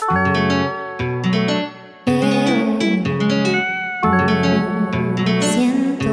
Siento.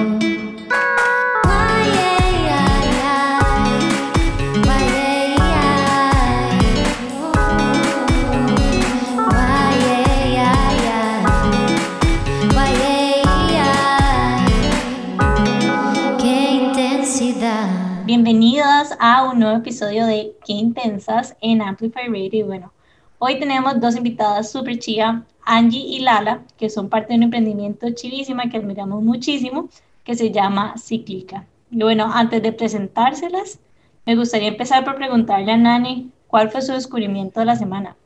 Qué intensidad. Bienvenidos a un nuevo episodio de Qué Intensas en Amplify Radio. Y bueno, hoy tenemos dos invitadas súper chivas, Angie y Lala, que son parte de un emprendimiento chivísima que admiramos muchísimo, que se llama Cíclica. Y bueno, antes de presentárselas, me gustaría empezar por preguntarle a Nani, ¿cuál fue su descubrimiento de la semana?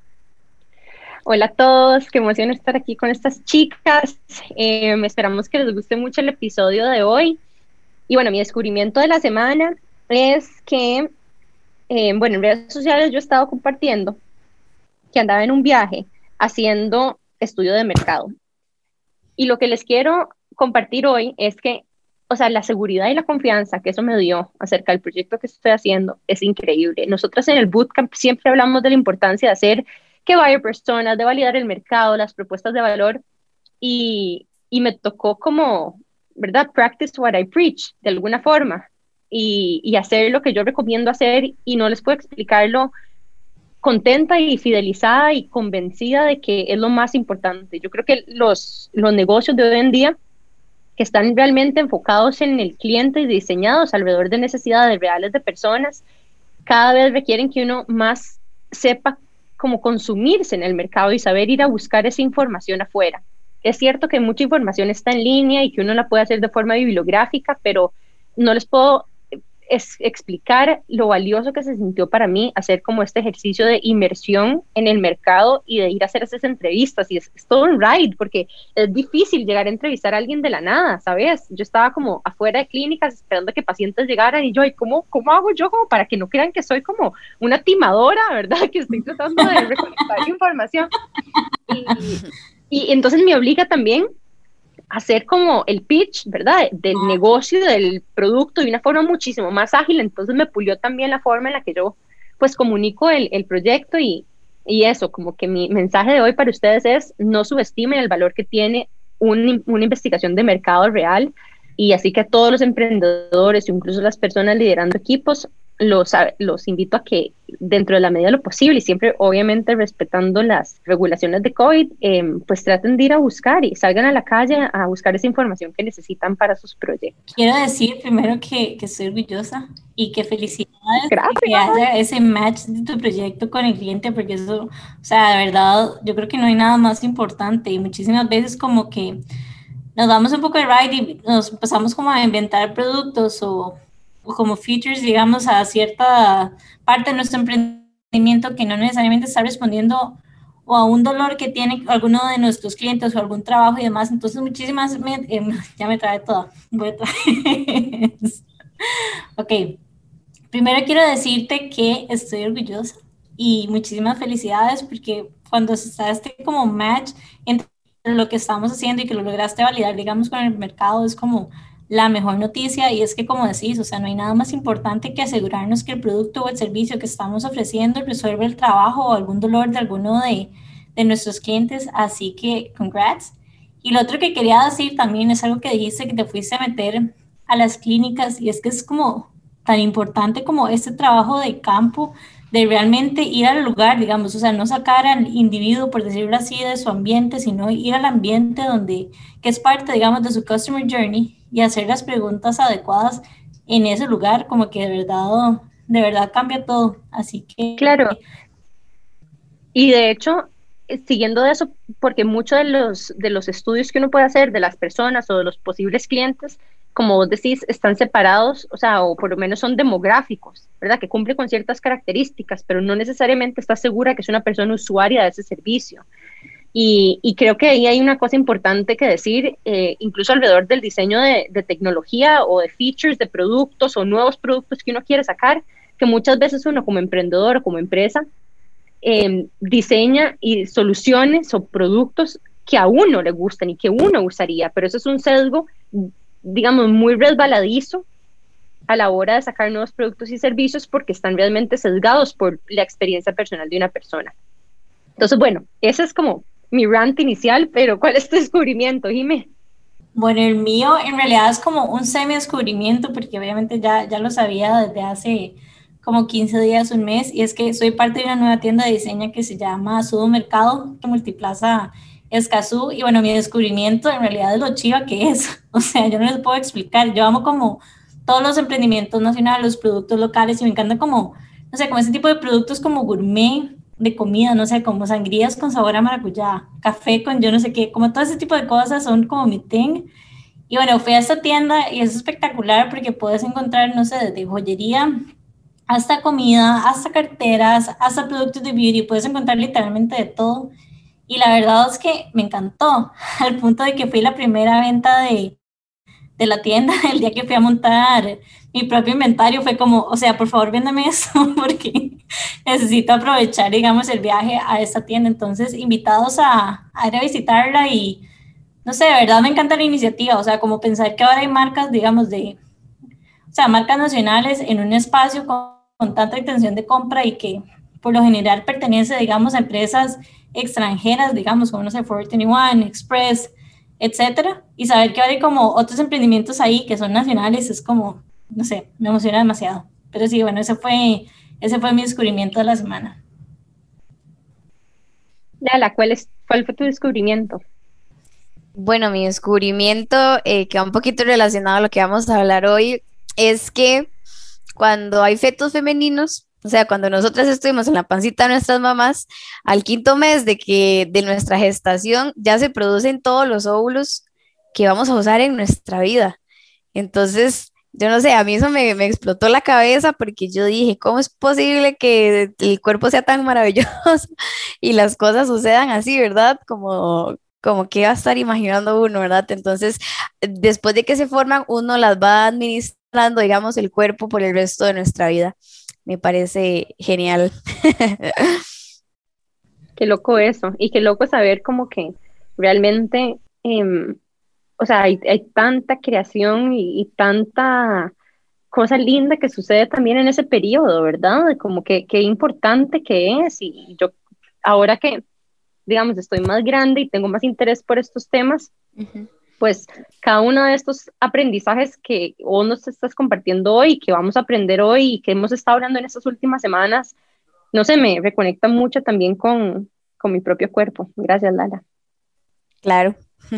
Hola a todos, qué emoción estar aquí con estas chicas. Esperamos que les guste mucho el episodio de hoy. Y bueno, mi descubrimiento de la semana es que, en redes sociales yo he estado compartiendo que andaba en un viaje haciendo estudio de mercado. Y lo que les quiero compartir hoy es que, o sea, la seguridad y la confianza que eso me dio acerca del proyecto que estoy haciendo es increíble. Nosotros en el bootcamp siempre hablamos de la importancia de hacer que buyer personas, de validar el mercado, las propuestas de valor, y me tocó como, ¿verdad? Practice what I preach, de alguna forma, y hacer lo que yo recomiendo hacer, y no les puedo explicarlo, contenta y fidelizada y convencida de que es lo más importante. Yo creo que los negocios de hoy en día, que están realmente enfocados en el cliente y diseñados alrededor de necesidades reales de personas, cada vez requieren que uno más sepa cómo consumirse en el mercado y saber ir a buscar esa información afuera. Es cierto que mucha información está en línea y que uno la puede hacer de forma bibliográfica, pero no les puedo explicar lo valioso que se sintió para mí hacer como este ejercicio de inmersión en el mercado y de ir a hacer esas entrevistas. Y es todo un ride, porque es difícil llegar a entrevistar a alguien de la nada, ¿sabes? Yo estaba como afuera de clínicas esperando que pacientes llegaran, y yo, ¿y cómo hago yo como para que no crean que soy como una timadora, ¿verdad? Que estoy tratando de recolectar información. Y entonces me obliga también hacer como el pitch, ¿verdad? Del negocio, del producto de una forma muchísimo más ágil. Entonces me pulió también la forma en la que yo pues comunico el proyecto, y eso, como que mi mensaje de hoy para ustedes es: no subestimen el valor que tiene una investigación de mercado real. Y así que todos los emprendedores, incluso las personas liderando equipos, los invito a que dentro de la medida de lo posible, y siempre obviamente respetando las regulaciones de COVID, pues traten de ir a buscar y salgan a la calle a buscar esa información que necesitan para sus proyectos. Quiero decir primero que estoy orgullosa y que felicidades. Gracias. Que haya ese match de tu proyecto con el cliente, porque eso, o sea, de verdad, yo creo que no hay nada más importante. Y muchísimas veces como que nos damos un poco de ride y nos empezamos como a inventar productos o como features, digamos, a cierta parte de nuestro emprendimiento que no necesariamente está respondiendo o a un dolor que tiene alguno de nuestros clientes o algún trabajo y demás. Entonces, ya me trae toda. Voy a traer. Ok, primero quiero decirte que estoy orgullosa y muchísimas felicidades, porque cuando se está este como match entre lo que estamos haciendo y que lo lograste validar, digamos, con el mercado, es como la mejor noticia. Y es que, como decís, o sea, no hay nada más importante que asegurarnos que el producto o el servicio que estamos ofreciendo resuelve el trabajo o algún dolor de alguno de nuestros clientes. Así que, congrats. Y lo otro que quería decir también es algo que dijiste, que te fuiste a meter a las clínicas, y es que es como tan importante como este trabajo de campo, de realmente ir al lugar, digamos, o sea, no sacar al individuo, por decirlo así, de su ambiente, sino ir al ambiente que es parte, digamos, de su customer journey, y hacer las preguntas adecuadas en ese lugar, como que de verdad cambia todo. Así que... Claro. Y de hecho, siguiendo de eso, porque muchos de los estudios que uno puede hacer de las personas o de los posibles clientes, como vos decís, están separados, o sea, o por lo menos son demográficos, ¿verdad? Que cumple con ciertas características, pero no necesariamente está segura que es una persona usuaria de ese servicio. Y creo que ahí hay una cosa importante que decir, incluso alrededor del diseño de tecnología o de features de productos o nuevos productos que uno quiere sacar, que muchas veces uno como emprendedor o como empresa diseña y soluciones o productos que a uno le gustan y que uno usaría, pero eso es un sesgo, digamos, muy resbaladizo a la hora de sacar nuevos productos y servicios, porque están realmente sesgados por la experiencia personal de una persona. Entonces, bueno, ese es como mi rant inicial, pero ¿cuál es tu descubrimiento, Jimé? Bueno, el mío en realidad es como un semi-descubrimiento, porque obviamente ya lo sabía desde hace como 15 días, un mes, y es que soy parte de una nueva tienda de diseño que se llama Sudo Mercado, que Multiplaza Escazú, y bueno, mi descubrimiento en realidad es lo chiva que es, o sea, yo no les puedo explicar, yo amo como todos los emprendimientos nacionales, los productos locales, y me encanta como, no sé, como ese tipo de productos como gourmet, de comida, no sé, como sangrías con sabor a maracuyá, café con yo no sé qué, como todo ese tipo de cosas son como mi thing. Y bueno, fui a esta tienda y es espectacular porque puedes encontrar, no sé, desde joyería hasta comida, hasta carteras, hasta productos de beauty, puedes encontrar literalmente de todo. Y la verdad es que me encantó, al punto de que fui la primera venta de la tienda el día que fui a montar mi propio inventario. Fue como, o sea, por favor, véndame eso porque necesito aprovechar, digamos, el viaje a esta tienda. Entonces, invitados a ir a visitarla y, no sé, de verdad me encanta la iniciativa, o sea, como pensar que ahora hay marcas, digamos, o sea, marcas nacionales en un espacio con tanta intención de compra y que por lo general pertenece, digamos, a empresas extranjeras, digamos, como, no sé, Forever 21, Express, etcétera, y saber que hay como otros emprendimientos ahí que son nacionales, es como, no sé, me emociona demasiado. Pero sí, bueno, ese fue mi descubrimiento de la semana. Lala, ¿cuál fue tu descubrimiento? Bueno, mi descubrimiento, que va un poquito relacionado a lo que vamos a hablar hoy, es que cuando hay fetos femeninos, o sea, cuando nosotras estuvimos en la pancita de nuestras mamás, al quinto mes de nuestra gestación, ya se producen todos los óvulos que vamos a usar en nuestra vida. Entonces, yo no sé, a mí eso me explotó la cabeza porque yo dije, ¿cómo es posible que el cuerpo sea tan maravilloso y las cosas sucedan así, ¿verdad? Como que va a estar imaginando uno, ¿verdad? Entonces, después de que se forman, uno las va administrando, digamos, el cuerpo por el resto de nuestra vida. Me parece genial. Qué loco eso, y qué loco saber como que realmente, o sea, hay tanta creación y tanta cosa linda que sucede también en ese periodo, ¿verdad? De como que qué importante que es, y yo ahora que, digamos, estoy más grande y tengo más interés por estos temas, Ujú. pues cada uno de estos aprendizajes que vos nos estás compartiendo hoy, que vamos a aprender hoy y que hemos estado hablando en estas últimas semanas, no sé, me reconecta mucho también con mi propio cuerpo. Gracias, Lala. Claro.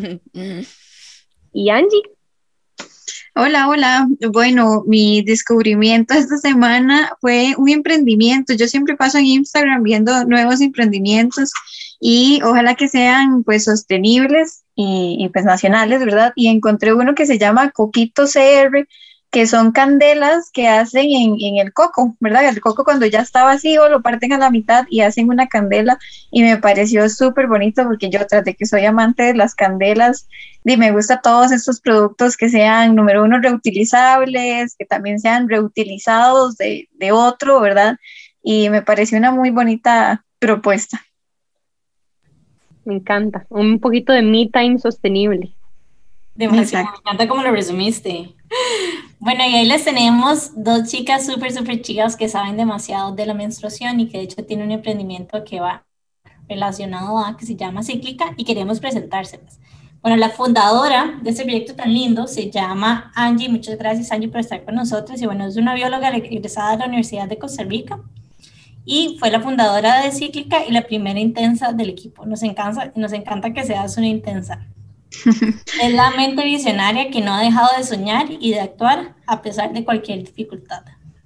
Y Angie, Hola, hola. Bueno, mi descubrimiento esta semana fue un emprendimiento. Yo siempre paso en Instagram viendo nuevos emprendimientos y ojalá que sean pues sostenibles y pues nacionales, ¿verdad? Y encontré uno que se llama Coquito CR, que son candelas que hacen en el coco, ¿verdad? El coco cuando ya está vacío lo parten a la mitad y hacen una candela y me pareció súper bonito porque yo tras de que soy amante de las candelas y me gusta todos estos productos que sean, número uno, reutilizables, que también sean reutilizados de otro, ¿verdad? Y me pareció una muy bonita propuesta. me encanta. Un poquito de me time sostenible. Demasiado, me Exacto. encanta cómo lo resumiste. Bueno, y ahí les tenemos dos chicas súper, súper chicas que saben demasiado de la menstruación y que de hecho tienen un emprendimiento que va relacionado a, que se llama Cíclica, y queremos presentárselas. Bueno, la fundadora de este proyecto tan lindo se llama Angie. Muchas gracias, Angie, por estar con nosotros. Y bueno, es una bióloga egresada de la Universidad de Costa Rica y fue la fundadora de Cíclica y la primera intensa del equipo. Nos encanta que seas una intensa. Es la mente visionaria que no ha dejado de soñar y de actuar a pesar de cualquier dificultad.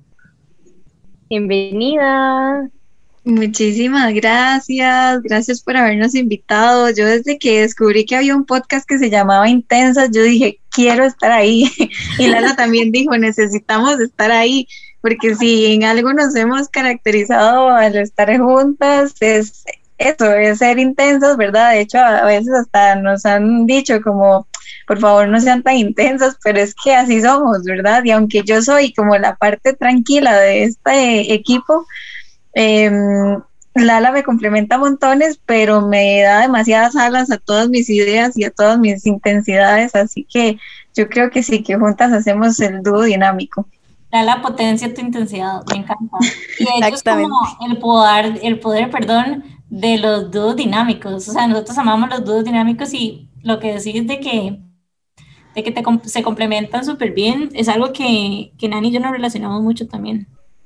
Bienvenida. Muchísimas gracias, gracias por habernos invitado. Yo desde que descubrí que había un podcast que se llamaba Intensas, yo dije, quiero estar ahí. Y Lala también dijo, necesitamos estar ahí, porque si en algo nos hemos caracterizado al estar juntas, es eso, es ser intensas, ¿verdad? De hecho, a veces hasta nos han dicho como, por favor, no sean tan intensas, pero es que así somos, ¿verdad? Y aunque yo soy como la parte tranquila de este equipo, eh, Lala me complementa montones, pero me da demasiadas alas a todas mis ideas y a todas mis intensidades, así que yo creo que sí, que juntas hacemos el dúo dinámico. Da la potencia a tu intensidad, me encanta. Y de hecho es como Exactamente. el poder, perdón, de los dúos dinámicos. O sea, nosotros amamos los dúos dinámicos y lo que decís se complementan súper bien, es algo que Nani y yo nos relacionamos mucho también.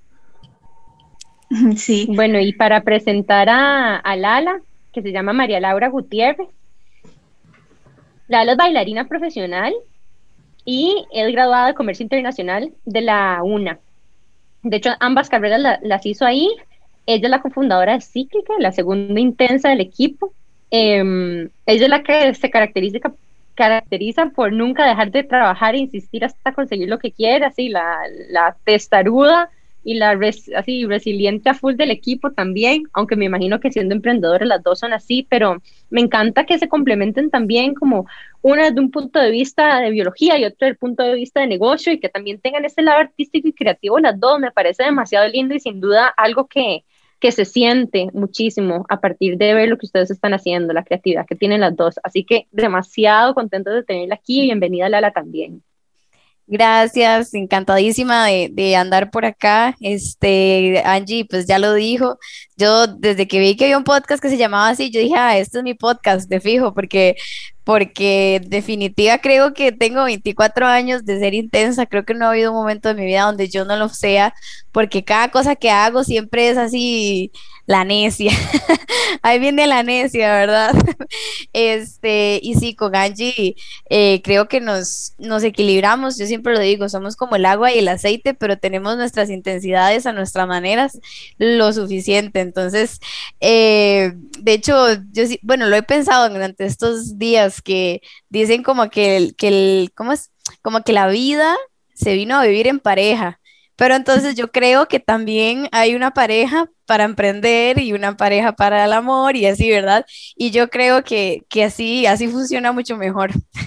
Sí. Bueno, y para presentar a Lala, que se llama María Laura Gutiérrez. Lala es bailarina profesional y es graduada de Comercio Internacional de la UNA. De hecho, ambas carreras las hizo ahí. Ella es la cofundadora de Cíclica, la segunda intensa del equipo. Ella es la que se caracteriza por nunca dejar de trabajar e insistir hasta conseguir lo que quiere, así la testaruda y así resiliente a full del equipo también, aunque me imagino que siendo emprendedores las dos son así, pero me encanta que se complementen también, como una desde un punto de vista de biología y otro desde el punto de vista de negocio, y que también tengan ese lado artístico y creativo las dos. Me parece demasiado lindo y sin duda algo que se siente muchísimo a partir de ver lo que ustedes están haciendo, la creatividad que tienen las dos. Así que demasiado contenta de tenerla aquí y bienvenida Lala también. Gracias, encantadísima de andar por acá. Angie, pues ya lo dijo. Yo desde que vi que había un podcast que se llamaba así, yo dije, este es mi podcast, de fijo, porque definitiva creo que tengo 24 años de ser intensa. Creo que no ha habido un momento de mi vida donde yo no lo sea, porque cada cosa que hago siempre es así, la necia. Ahí viene la necia, ¿verdad? Y sí, con Angie creo que nos equilibramos. Yo siempre lo digo, somos como el agua y el aceite, pero tenemos nuestras intensidades a nuestras maneras lo suficiente. Entonces, de hecho, yo sí, bueno, lo he pensado durante estos días, que dicen como ¿cómo es? Como que la vida se vino a vivir en pareja. Pero entonces yo creo que también hay una pareja para emprender y una pareja para el amor y así, ¿verdad? Y yo creo que así funciona mucho mejor.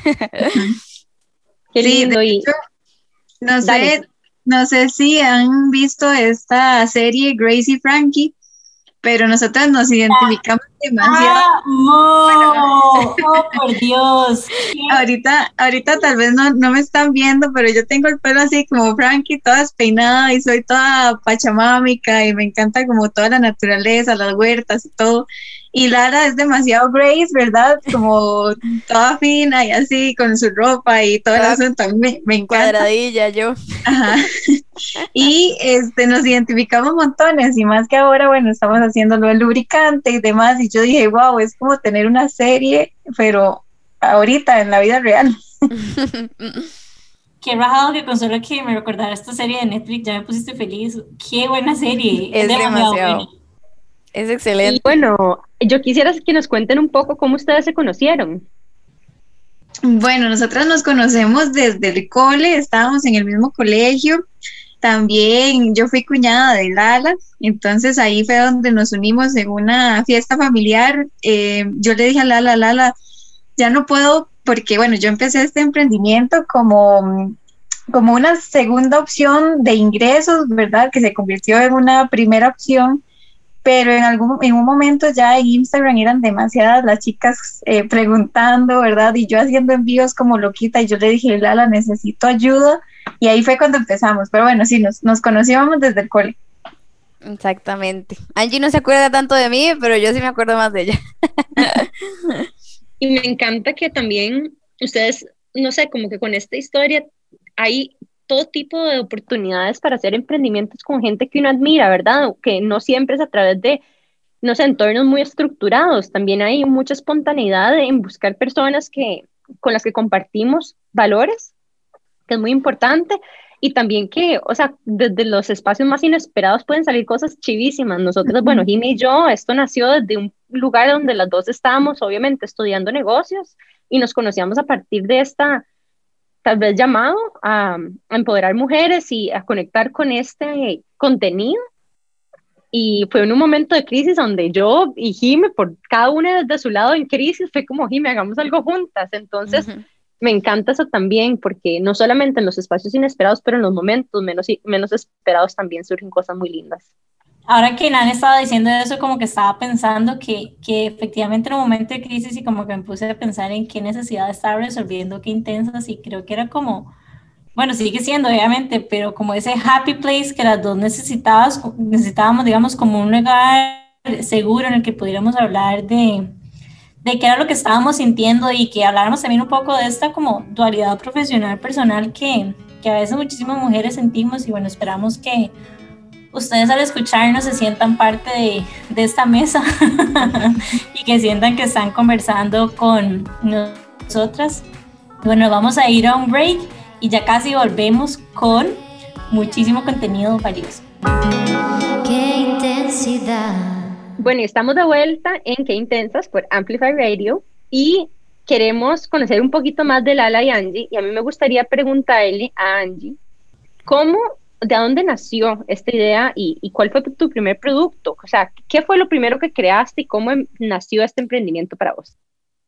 Qué lindo. Sí, hecho, no sé si han visto esta serie Grace y Frankie, pero nosotras nos identificamos demasiado. ¡Oh, por Dios! Ahorita tal vez no me están viendo, pero yo tengo el pelo así como Frankie, toda despeinada, y soy toda pachamámica y me encanta como toda la naturaleza, las huertas y todo. Y Lara es demasiado Grace, ¿verdad? Como toda fina y así, con su ropa y todo el asunto. Me encanta. Cuadradilla yo. Ajá. Y nos identificamos montones, y más que ahora, bueno, estamos haciendo lo del lubricante y demás, y yo dije, wow, es como tener una serie, pero ahorita en la vida real. Qué rajado que con solo que me recordara esta serie de Netflix ya me pusiste feliz. Qué buena serie. Es demasiado buena. Es excelente. Y bueno, yo quisiera que nos cuenten un poco cómo ustedes se conocieron. Bueno, nosotras nos conocemos desde el cole, estábamos en el mismo colegio. También yo fui cuñada de Lala, entonces ahí fue donde nos unimos en una fiesta familiar. Yo le dije a Lala, ya no puedo, porque bueno, yo empecé este emprendimiento como una segunda opción de ingresos, ¿verdad? Que se convirtió en una primera opción. Pero en un momento ya en Instagram eran demasiadas las chicas preguntando, ¿verdad? Y yo haciendo envíos como loquita, y yo le dije, Lala, necesito ayuda, y ahí fue cuando empezamos. Pero bueno, sí, nos conocíamos desde el cole. Exactamente. Angie no se acuerda tanto de mí, pero yo sí me acuerdo más de ella. Y me encanta que también ustedes, no sé, como que con esta historia hay todo tipo de oportunidades para hacer emprendimientos con gente que uno admira, ¿verdad? Que no siempre es a través de, no sé, entornos muy estructurados. También hay mucha espontaneidad en buscar personas con las que compartimos valores, que es muy importante. Y también que, o sea, desde los espacios más inesperados pueden salir cosas chivísimas. Nosotros, bueno, Jimmy y yo, esto nació desde un lugar donde las dos estábamos, obviamente, estudiando negocios, y nos conocíamos a partir de esta, tal vez llamado a empoderar mujeres y a conectar con este contenido. Y fue en un momento de crisis donde yo y Jimmy, por cada una desde su lado en crisis, fue como, Jimmy, hagamos algo juntas. Entonces, me encanta eso también, porque no solamente en los espacios inesperados, pero en los momentos menos esperados también surgen cosas muy lindas. Ahora que Nan estaba diciendo eso, como que estaba pensando que efectivamente en un momento de crisis, y como que me puse a pensar en qué necesidad estaba resolviendo, qué intensas, y creo que era como, bueno, sigue siendo obviamente, pero como ese happy place que las dos necesitábamos, digamos, como un lugar seguro en el que pudiéramos hablar de qué era lo que estábamos sintiendo y que habláramos también un poco de esta como dualidad profesional personal que a veces muchísimas mujeres sentimos, y bueno, esperamos que ustedes al escucharnos se sientan parte de esta mesa y que sientan que están conversando con nosotras. Bueno, vamos a ir a un break y ya casi volvemos con muchísimo contenido valioso. Qué intensidad. Bueno, y estamos de vuelta en Qué Intensas por Amplify Radio y queremos conocer un poquito más de Lala y Angie, y a mí me gustaría preguntarle a Angie, ¿de dónde nació esta idea y cuál fue tu primer producto? O sea, ¿qué fue lo primero que creaste y cómo nació este emprendimiento para vos?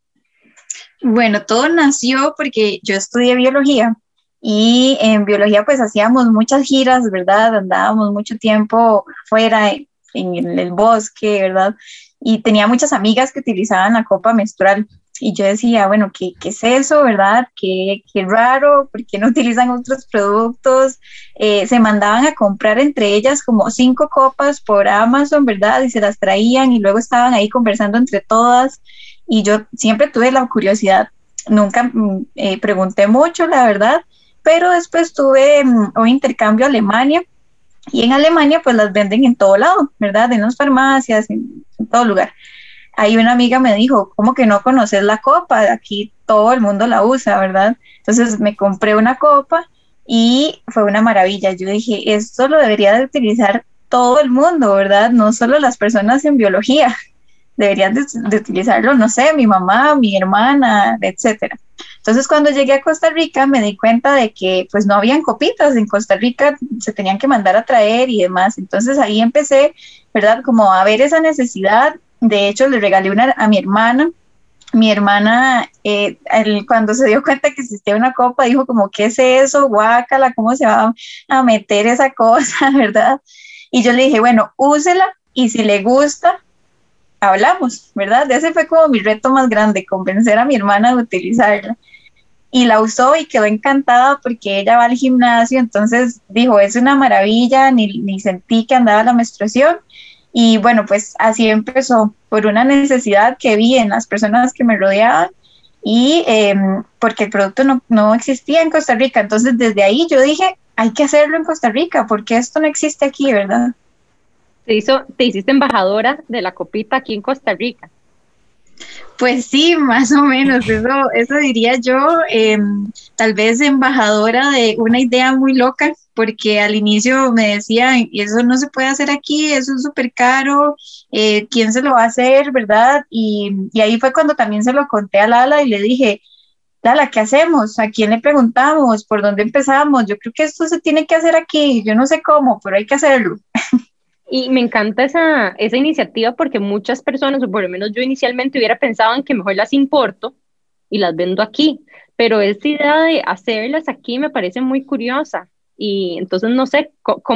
Bueno, todo nació porque yo estudié biología y en biología pues hacíamos muchas giras, ¿verdad? Andábamos mucho tiempo afuera en el bosque, ¿verdad? Y tenía muchas amigas que utilizaban la copa menstrual. Y yo decía, bueno, ¿qué es eso, verdad? Qué raro, ¿por qué no utilizan otros productos? Se mandaban a comprar entre ellas como 5 copas por Amazon, ¿verdad? Y se las traían y luego estaban ahí conversando entre todas. Y yo siempre tuve la curiosidad, nunca pregunté mucho, la verdad, pero después tuve un intercambio a Alemania. Y en Alemania pues las venden en todo lado, ¿verdad? En las farmacias, en todo lugar. Ahí una amiga me dijo, ¿cómo que no conoces la copa? Aquí todo el mundo la usa, ¿verdad? Entonces me compré una copa y fue una maravilla. Yo dije, esto lo debería de utilizar todo el mundo, ¿verdad? No solo las personas en biología. Deberían de utilizarlo, no sé, mi mamá, mi hermana, etcétera. Entonces, cuando llegué a Costa Rica, me di cuenta de que pues no habían copitas en Costa Rica, se tenían que mandar a traer y demás. Entonces, ahí empecé, ¿verdad? Como a ver esa necesidad. De hecho, le regalé una a mi hermana. Mi hermana, cuando se dio cuenta que existía una copa, dijo como, ¿qué es eso? Guácala, ¿cómo se va a meter esa cosa, verdad? Y yo le dije, bueno, úsela y si le gusta, hablamos, ¿verdad? Ese fue como mi reto más grande, convencer a mi hermana de utilizarla. Y la usó y quedó encantada porque ella va al gimnasio, entonces dijo, es una maravilla, ni sentí que andaba la menstruación. Y bueno, pues así empezó, por una necesidad que vi en las personas que me rodeaban y porque el producto no existía en Costa Rica. Entonces desde ahí yo dije, hay que hacerlo en Costa Rica, porque esto no existe aquí, ¿verdad? Te hiciste embajadora de la copita aquí en Costa Rica. Pues sí, más o menos, eso diría yo, tal vez embajadora de una idea muy loca, porque al inicio me decían, eso no se puede hacer aquí, eso es súper caro, ¿quién se lo va a hacer, verdad? Y ahí fue cuando también se lo conté a Lala y le dije, Lala, ¿qué hacemos? ¿A quién le preguntamos? ¿Por dónde empezamos? Yo creo que esto se tiene que hacer aquí, yo no sé cómo, pero hay que hacerlo. Y me encanta esa iniciativa porque muchas personas, o por lo menos yo inicialmente hubiera pensado en que mejor las importo y las vendo aquí, pero esta idea de hacerlas aquí me parece muy curiosa. Y entonces no sé,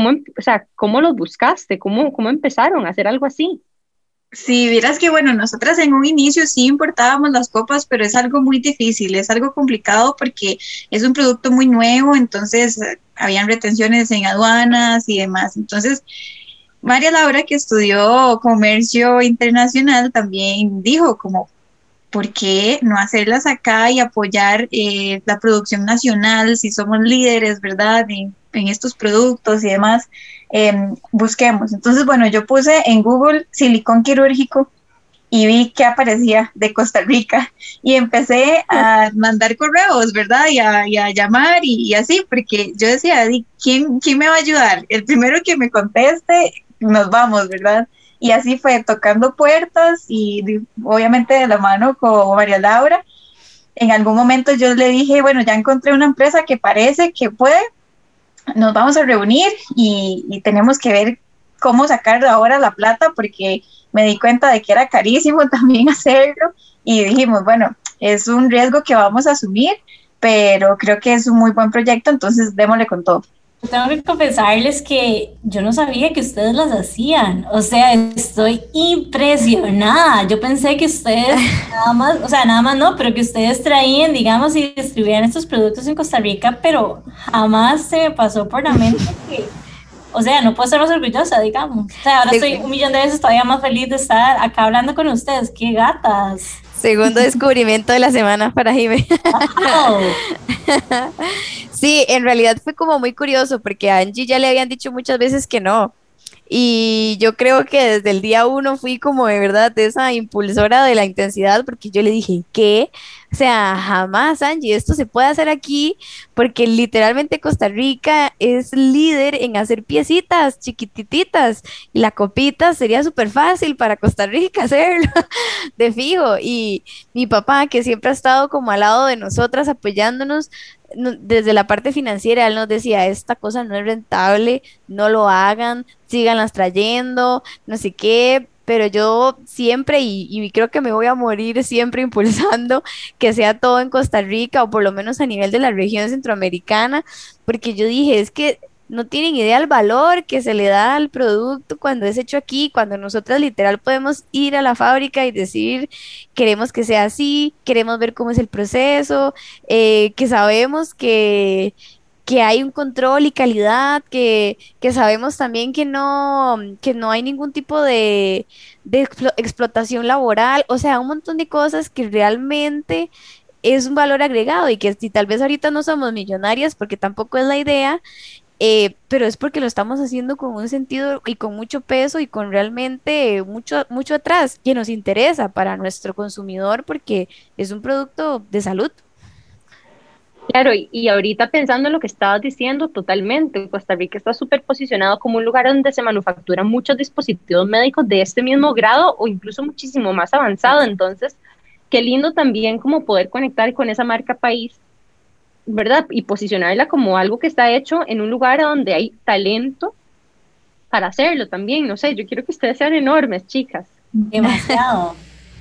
¿cómo los buscaste? ¿Cómo empezaron a hacer algo así? Sí, vieras que bueno, nosotras en un inicio sí importábamos las copas, pero es algo muy difícil, es algo complicado porque es un producto muy nuevo, entonces habían retenciones en aduanas y demás. Entonces, María Laura, que estudió comercio internacional, también dijo como, ¿por qué no hacerlas acá y apoyar la producción nacional si somos líderes, verdad, en estos productos y demás? Busquemos. Entonces, bueno, yo puse en Google silicón quirúrgico y vi que aparecía de Costa Rica y empecé a mandar correos, ¿verdad? Y a llamar y así, porque yo decía, ¿quién me va a ayudar? El primero que me conteste, nos vamos, ¿verdad? Y así fue, tocando puertas y obviamente de la mano con María Laura. En algún momento yo le dije, bueno, ya encontré una empresa que parece que puede, nos vamos a reunir y tenemos que ver cómo sacar ahora la plata, porque me di cuenta de que era carísimo también hacerlo y dijimos, bueno, es un riesgo que vamos a asumir, pero creo que es un muy buen proyecto, entonces démosle con todo. Tengo que confesarles que yo no sabía que ustedes las hacían, o sea, estoy impresionada. Yo pensé que ustedes nada más no, pero que ustedes traían, digamos, y distribuían estos productos en Costa Rica, pero jamás se me pasó por la mente o sea, no puedo estar más orgullosa, digamos. O sea, ahora estoy un millón de veces todavía más feliz de estar acá hablando con ustedes. ¡Qué gatas! Segundo descubrimiento de la semana para Jime. ¡Wow! Sí, en realidad fue como muy curioso porque a Angie ya le habían dicho muchas veces que no. Y yo creo que desde el día uno fui como de verdad esa impulsora de la intensidad porque yo le dije, ¿qué? O sea, jamás, Angie, esto se puede hacer aquí porque literalmente Costa Rica es líder en hacer piecitas chiquititas y la copita sería súper fácil para Costa Rica hacerlo de fijo. Y mi papá, que siempre ha estado como al lado de nosotras apoyándonos, desde la parte financiera, él nos decía, esta cosa no es rentable, no lo hagan, síganlas trayendo, no sé qué, pero yo siempre, y creo que me voy a morir siempre impulsando que sea todo en Costa Rica o por lo menos a nivel de la región centroamericana, porque yo dije, es que no tienen idea del valor que se le da al producto cuando es hecho aquí, cuando nosotras literal podemos ir a la fábrica y decir, queremos que sea así, queremos ver cómo es el proceso, que sabemos que hay un control y calidad, que sabemos también que no hay ningún tipo de explotación laboral, o sea, un montón de cosas que realmente es un valor agregado y que si tal vez ahorita no somos millonarias, porque tampoco es la idea, pero es porque lo estamos haciendo con un sentido y con mucho peso y con realmente mucho, mucho atrás, que nos interesa para nuestro consumidor porque es un producto de salud. Claro, y ahorita pensando en lo que estabas diciendo, totalmente, Costa Rica está súper posicionado como un lugar donde se manufacturan muchos dispositivos médicos de este mismo grado o incluso muchísimo más avanzado, entonces, qué lindo también como poder conectar con esa marca país, ¿verdad? Y posicionarla como algo que está hecho en un lugar donde hay talento para hacerlo también, no sé, yo quiero que ustedes sean enormes, chicas. Demasiado.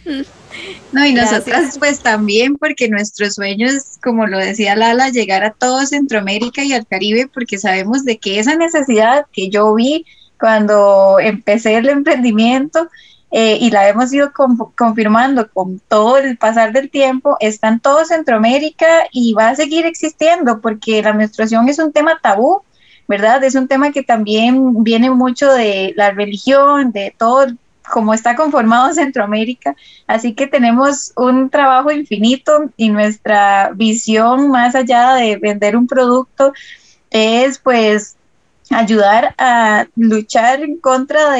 No, y Gracias. nosotras pues también, porque nuestro sueño es, como lo decía Lala, llegar a todo Centroamérica y al Caribe, porque sabemos de que esa necesidad que yo vi cuando empecé el emprendimiento, y la hemos ido confirmando con todo el pasar del tiempo, está en todo Centroamérica y va a seguir existiendo, porque la menstruación es un tema tabú, ¿verdad? Es un tema que también viene mucho de la religión, de todo como está conformado Centroamérica, así que tenemos un trabajo infinito y nuestra visión más allá de vender un producto es pues ayudar a luchar en contra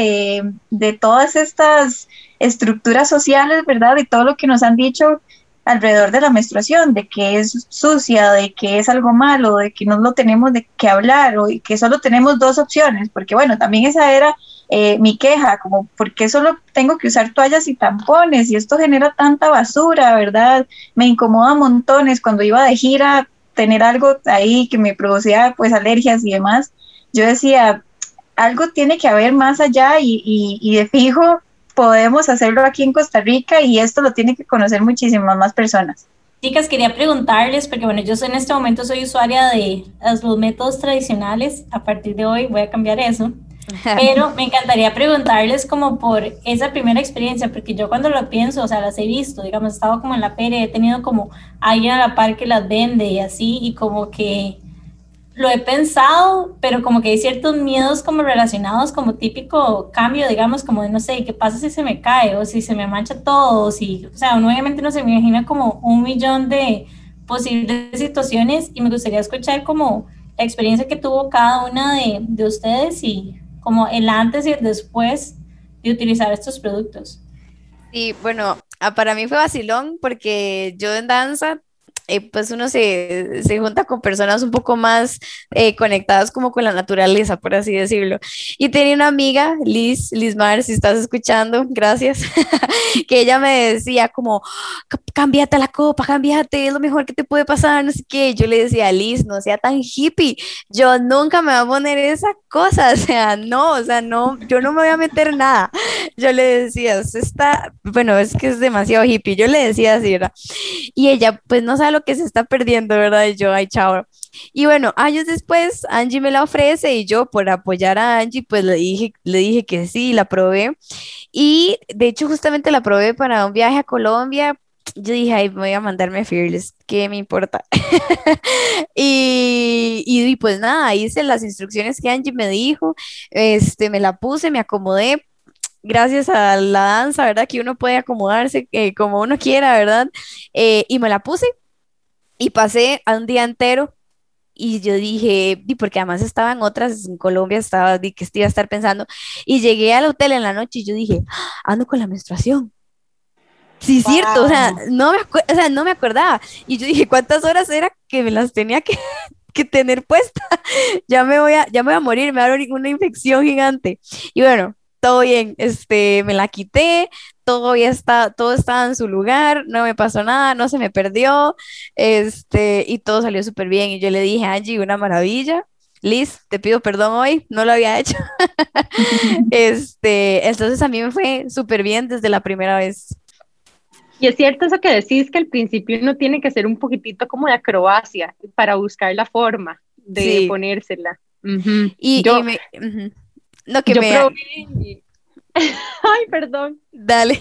de todas estas estructuras sociales, ¿verdad? Y todo lo que nos han dicho alrededor de la menstruación, de que es sucia, de que es algo malo, de que no lo tenemos de qué hablar o que solo tenemos dos opciones, porque bueno, también esa era mi queja, como ¿por qué solo tengo que usar toallas y tampones? Y esto genera tanta basura, ¿verdad? Me incomoda montones cuando iba de gira, tener algo ahí que me producía pues alergias y demás. Yo decía, algo tiene que haber más allá y de fijo podemos hacerlo aquí en Costa Rica y esto lo tiene que conocer muchísimas más personas. Chicas, quería preguntarles, porque bueno, yo en este momento soy usuaria de los métodos tradicionales, a partir de hoy voy a cambiar eso, pero me encantaría preguntarles como por esa primera experiencia, porque yo cuando lo pienso, o sea, las he visto, digamos, he estado como en la feria, he tenido como alguien a la par que las vende y así, y como que lo he pensado, pero como que hay ciertos miedos como relacionados como típico cambio, digamos, como de no sé, ¿qué pasa si se me cae o si se me mancha todo? O si, o sea, uno obviamente no se me imagina como un millón de posibles situaciones y me gustaría escuchar como la experiencia que tuvo cada una de ustedes y como el antes y el después de utilizar estos productos. Sí, bueno, para mí fue vacilón porque yo en danza, pues uno se junta con personas un poco más conectadas como con la naturaleza, por así decirlo. Y tenía una amiga, Liz Mar, si estás escuchando, gracias, que ella me decía como, cámbiate la copa, cámbiate, es lo mejor que te puede pasar, no sé qué. Yo le decía, Liz, no sea tan hippie, yo nunca me voy a poner esa cosa, o sea, no, yo no me voy a meter nada. Yo le decía, usted está, bueno, es que es demasiado hippie, yo le decía así, ¿verdad? Y ella, pues no sabe lo que se está perdiendo, ¿verdad? Y yo, ay, chao. Y bueno, años después, Angie me la ofrece y yo, por apoyar a Angie, pues le dije que sí, la probé. Y de hecho, justamente la probé para un viaje a Colombia. yo dije, ay, voy a mandarme Fearless, ¿qué me importa? Y pues nada, hice las instrucciones que Angie me dijo, me la puse, me acomodé, gracias a la danza, ¿verdad? Que uno puede acomodarse como uno quiera, ¿verdad? Y me la puse y pasé a un día entero. Y yo dije, y porque además estaba en otras, en Colombia estaba, di que iba a estar pensando, y llegué al hotel en la noche y yo dije, "Ah, ando con la menstruación". Sí, cierto, o sea, Wow. o sea, no me acordaba. Y yo dije, ¿cuántas horas era que me las tenía que tener puestas? Ya me voy a morir, me va a dar una infección gigante. Y bueno, todo bien, me la quité, todo estaba en su lugar, no me pasó nada, no se me perdió, y todo salió súper bien. Y yo le dije, Angie, una maravilla. Liz, te pido perdón hoy, no lo había hecho. Entonces a mí me fue súper bien desde la primera vez. Y es cierto eso que decís, que al principio uno tiene que hacer un poquitito como de acrobacia para buscar la forma de Sí, ponérsela. Ujú. y me, ujú. No, que Yo me, probé, ay, perdón, dale.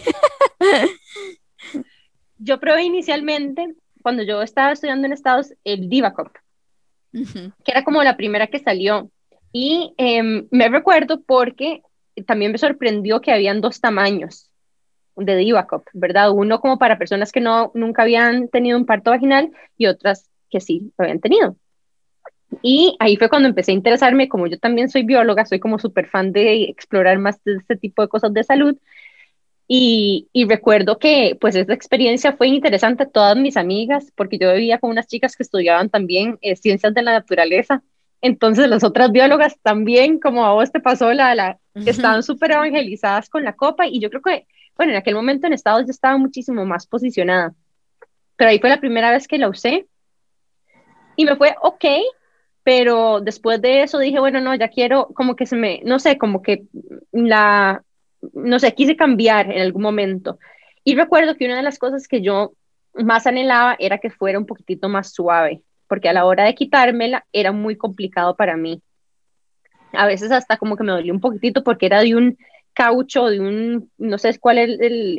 yo probé inicialmente, cuando yo estaba estudiando en Estados, el Diva Cup, Ujú. que era como la primera que salió. Y me recuerdo porque también me sorprendió que habían dos tamaños de Diva Cup, ¿verdad? Uno como para personas que nunca habían tenido un parto vaginal y otras que sí lo habían tenido. Y ahí fue cuando empecé a interesarme, como yo también soy bióloga, soy como súper fan de explorar más de este tipo de cosas de salud. Y recuerdo que pues esta experiencia fue interesante a todas mis amigas, porque yo vivía con unas chicas que estudiaban también ciencias de la naturaleza. Entonces las otras biólogas también, como a vos te pasó, estaban súper evangelizadas con la copa y yo creo que, bueno, en aquel momento en Estados yo estaba muchísimo más posicionada, pero ahí fue la primera vez que la usé y me fue ok, pero después de eso dije, bueno, no, ya quiero, como que no sé, como que la, no sé, quise cambiar en algún momento. Y recuerdo que una de las cosas que yo más anhelaba era que fuera un poquitito más suave, porque a la hora de quitármela era muy complicado para mí. A veces hasta como que me dolía un poquitito porque era de un caucho, no sé cuál es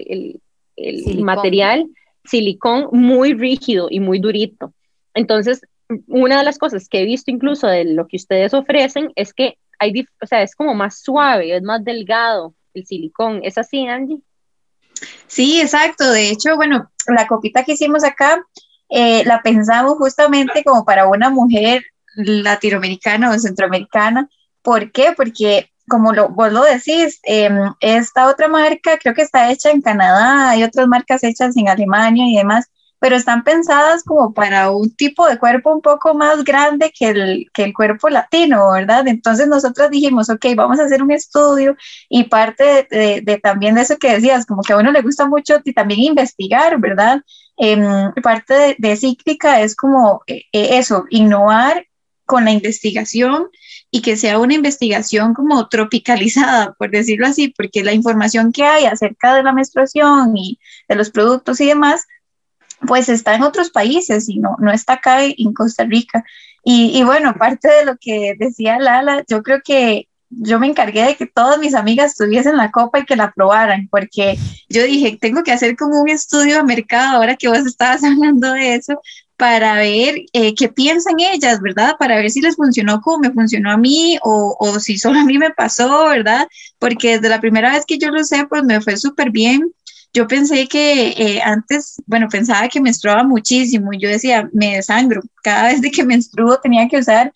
el Silicón. material, silicón muy rígido y muy durito. Entonces, una de las cosas que he visto incluso de lo que ustedes ofrecen es que o sea, es como más suave, es más delgado el silicón. ¿Es así, Angie? Sí, exacto. De hecho, bueno, la copita que hicimos acá la pensamos justamente como para una mujer latinoamericana o centroamericana. ¿Por qué? Porque como vos lo decís, esta otra marca creo que está hecha en Canadá, hay otras marcas hechas en Alemania y demás, pero están pensadas como para un tipo de cuerpo un poco más grande que el cuerpo latino, ¿verdad? Entonces nosotros dijimos, ok, vamos a hacer un estudio y parte de también de eso que decías, como que a uno le gusta mucho y también investigar, ¿verdad? Parte de Cíclica es como eso, innovar con la investigación y que sea una investigación como tropicalizada, por decirlo así, porque la información que hay acerca de la menstruación y de los productos y demás, pues está en otros países y no está acá en Costa Rica. Y bueno, parte de lo que decía Lala, yo creo que yo me encargué de que todas mis amigas tuviesen la copa y que la probaran, porque yo dije, tengo que hacer como un estudio de mercado, ahora que vos estabas hablando de eso, para ver qué piensan ellas, ¿verdad? Para ver si les funcionó como me funcionó a mí o si solo a mí me pasó, ¿verdad? Porque desde la primera vez que yo lo usé, pues me fue súper bien. Yo pensé que antes, bueno, pensaba que menstruaba muchísimo. Yo decía, me desangro. Cada vez de que menstruo tenía que usar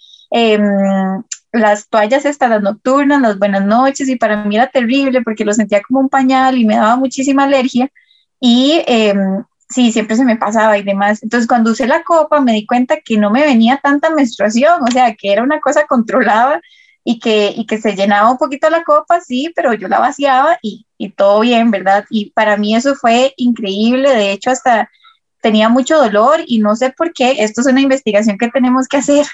las toallas estas, las nocturnas, las buenas noches, y para mí era terrible porque lo sentía como un pañal y me daba muchísima alergia. Y sí, siempre se me pasaba y demás. Entonces, cuando usé la copa, me di cuenta que no me venía tanta menstruación, o sea, que era una cosa controlada y que se llenaba un poquito la copa, sí, pero yo la vaciaba y todo bien, ¿verdad? Y para mí eso fue increíble, de hecho hasta tenía mucho dolor y no sé por qué, esto es una investigación que tenemos que hacer,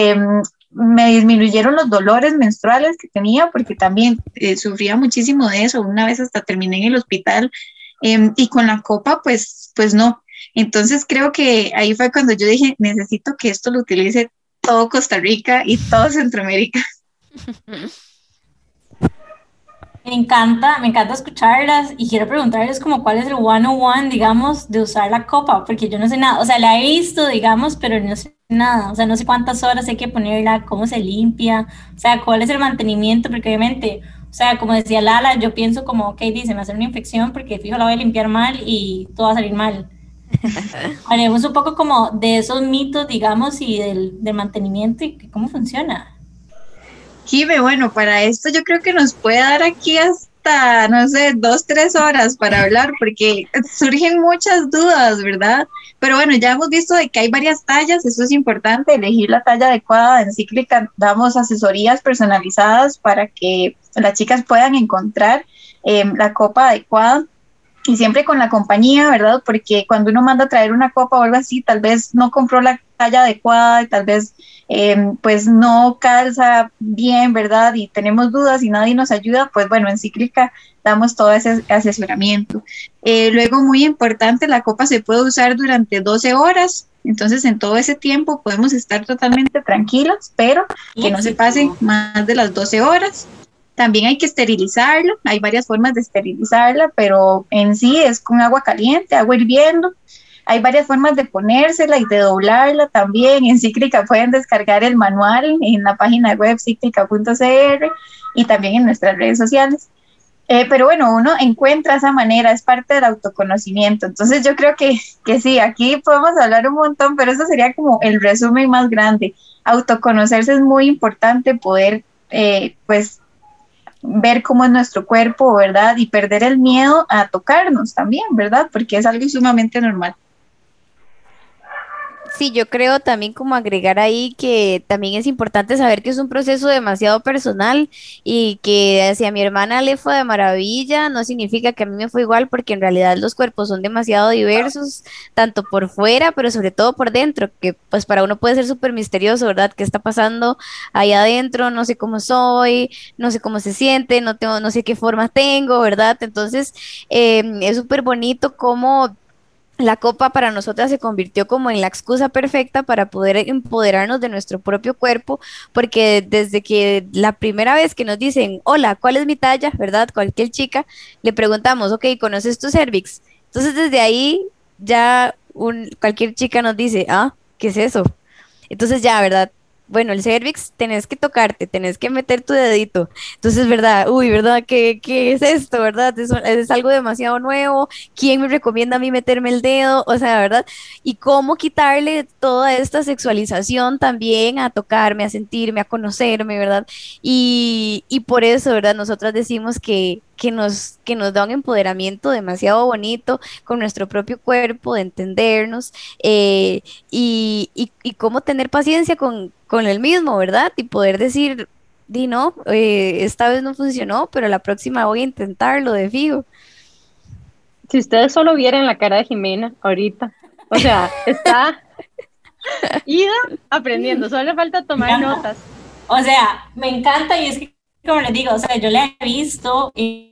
me disminuyeron los dolores menstruales que tenía porque también sufría muchísimo de eso, una vez hasta terminé en el hospital y con la copa pues no, entonces creo que ahí fue cuando yo dije, necesito que esto lo utilice todo Costa Rica y todo Centroamérica. Me encanta escucharlas y quiero preguntarles como cuál es el 101, digamos, de usar la copa, porque yo no sé nada, o sea, la he visto, digamos, pero no sé nada, o sea, no sé cuántas horas hay que ponerla, cómo se limpia, o sea, cuál es el mantenimiento, porque obviamente, o sea, como decía Lala, yo pienso como, ok, dice, me va a hacer una infección porque fijo la voy a limpiar mal y todo va a salir mal. Hablemos un poco como de esos mitos, digamos, y del mantenimiento y cómo funciona. Jime, bueno, para esto yo creo que nos puede dar aquí hasta, no sé, 2, 3 horas para hablar, porque surgen muchas dudas, ¿verdad? Pero bueno, ya hemos visto de que hay varias tallas, eso es importante, elegir la talla adecuada. En Cíclica damos asesorías personalizadas para que las chicas puedan encontrar la copa adecuada. Y siempre con la compañía, ¿verdad? Porque cuando uno manda a traer una copa o algo así, tal vez no compró la talla adecuada y tal vez pues no calza bien, ¿verdad? Y tenemos dudas y nadie nos ayuda, pues bueno, en Cíclica damos todo ese asesoramiento. Luego, muy importante, la copa se puede usar durante 12 horas, entonces en todo ese tiempo podemos estar totalmente tranquilos, pero que no se pase más de las 12 horas. También hay que esterilizarlo, hay varias formas de esterilizarla, pero en sí es con agua caliente, agua hirviendo. Hay varias formas de ponérsela y de doblarla también. En Cíclica pueden descargar el manual en la página web cíclica.cr y también en nuestras redes sociales. Pero bueno, uno encuentra esa manera, es parte del autoconocimiento. Entonces yo creo que sí, aquí podemos hablar un montón, pero eso sería como el resumen más grande. Autoconocerse es muy importante, poder pues ver cómo es nuestro cuerpo, ¿verdad? Y perder el miedo a tocarnos también, ¿verdad? Porque es algo sumamente normal. Sí, yo creo también como agregar ahí que también es importante saber que es un proceso demasiado personal y que si a mi hermana le fue de maravilla, no significa que a mí me fue igual, porque en realidad los cuerpos son demasiado diversos, tanto por fuera, pero sobre todo por dentro, que pues para uno puede ser súper misterioso, ¿verdad? ¿Qué está pasando ahí adentro? No sé cómo soy, no sé cómo se siente, no tengo, no sé qué forma tengo, ¿verdad? Entonces, es súper bonito cómo la copa para nosotras se convirtió como en la excusa perfecta para poder empoderarnos de nuestro propio cuerpo, porque desde que la primera vez que nos dicen, hola, ¿cuál es mi talla? ¿Verdad? Cualquier chica, le preguntamos, ok, ¿conoces tu cervix? Entonces desde ahí ya cualquier chica nos dice, ah, ¿qué es eso? Entonces ya, ¿verdad? Bueno, el cervix tenés que tocarte, tenés que meter tu dedito. Entonces, ¿verdad? Uy, ¿verdad? ¿Qué es esto, verdad? Es algo demasiado nuevo. ¿Quién me recomienda a mí meterme el dedo? O sea, ¿verdad? Y cómo quitarle toda esta sexualización también a tocarme, a sentirme, a conocerme, ¿verdad? Y por eso, ¿verdad? Nosotras decimos que nos da un empoderamiento demasiado bonito con nuestro propio cuerpo, de entendernos, y cómo tener paciencia con el mismo, ¿verdad? Y poder decir, di no, esta vez no funcionó, pero la próxima voy a intentarlo de fijo. Si ustedes solo vieran la cara de Jimena ahorita, o sea, está ida aprendiendo, solo le falta tomar notas. O sea, me encanta y es que, como les digo, o sea, yo la he visto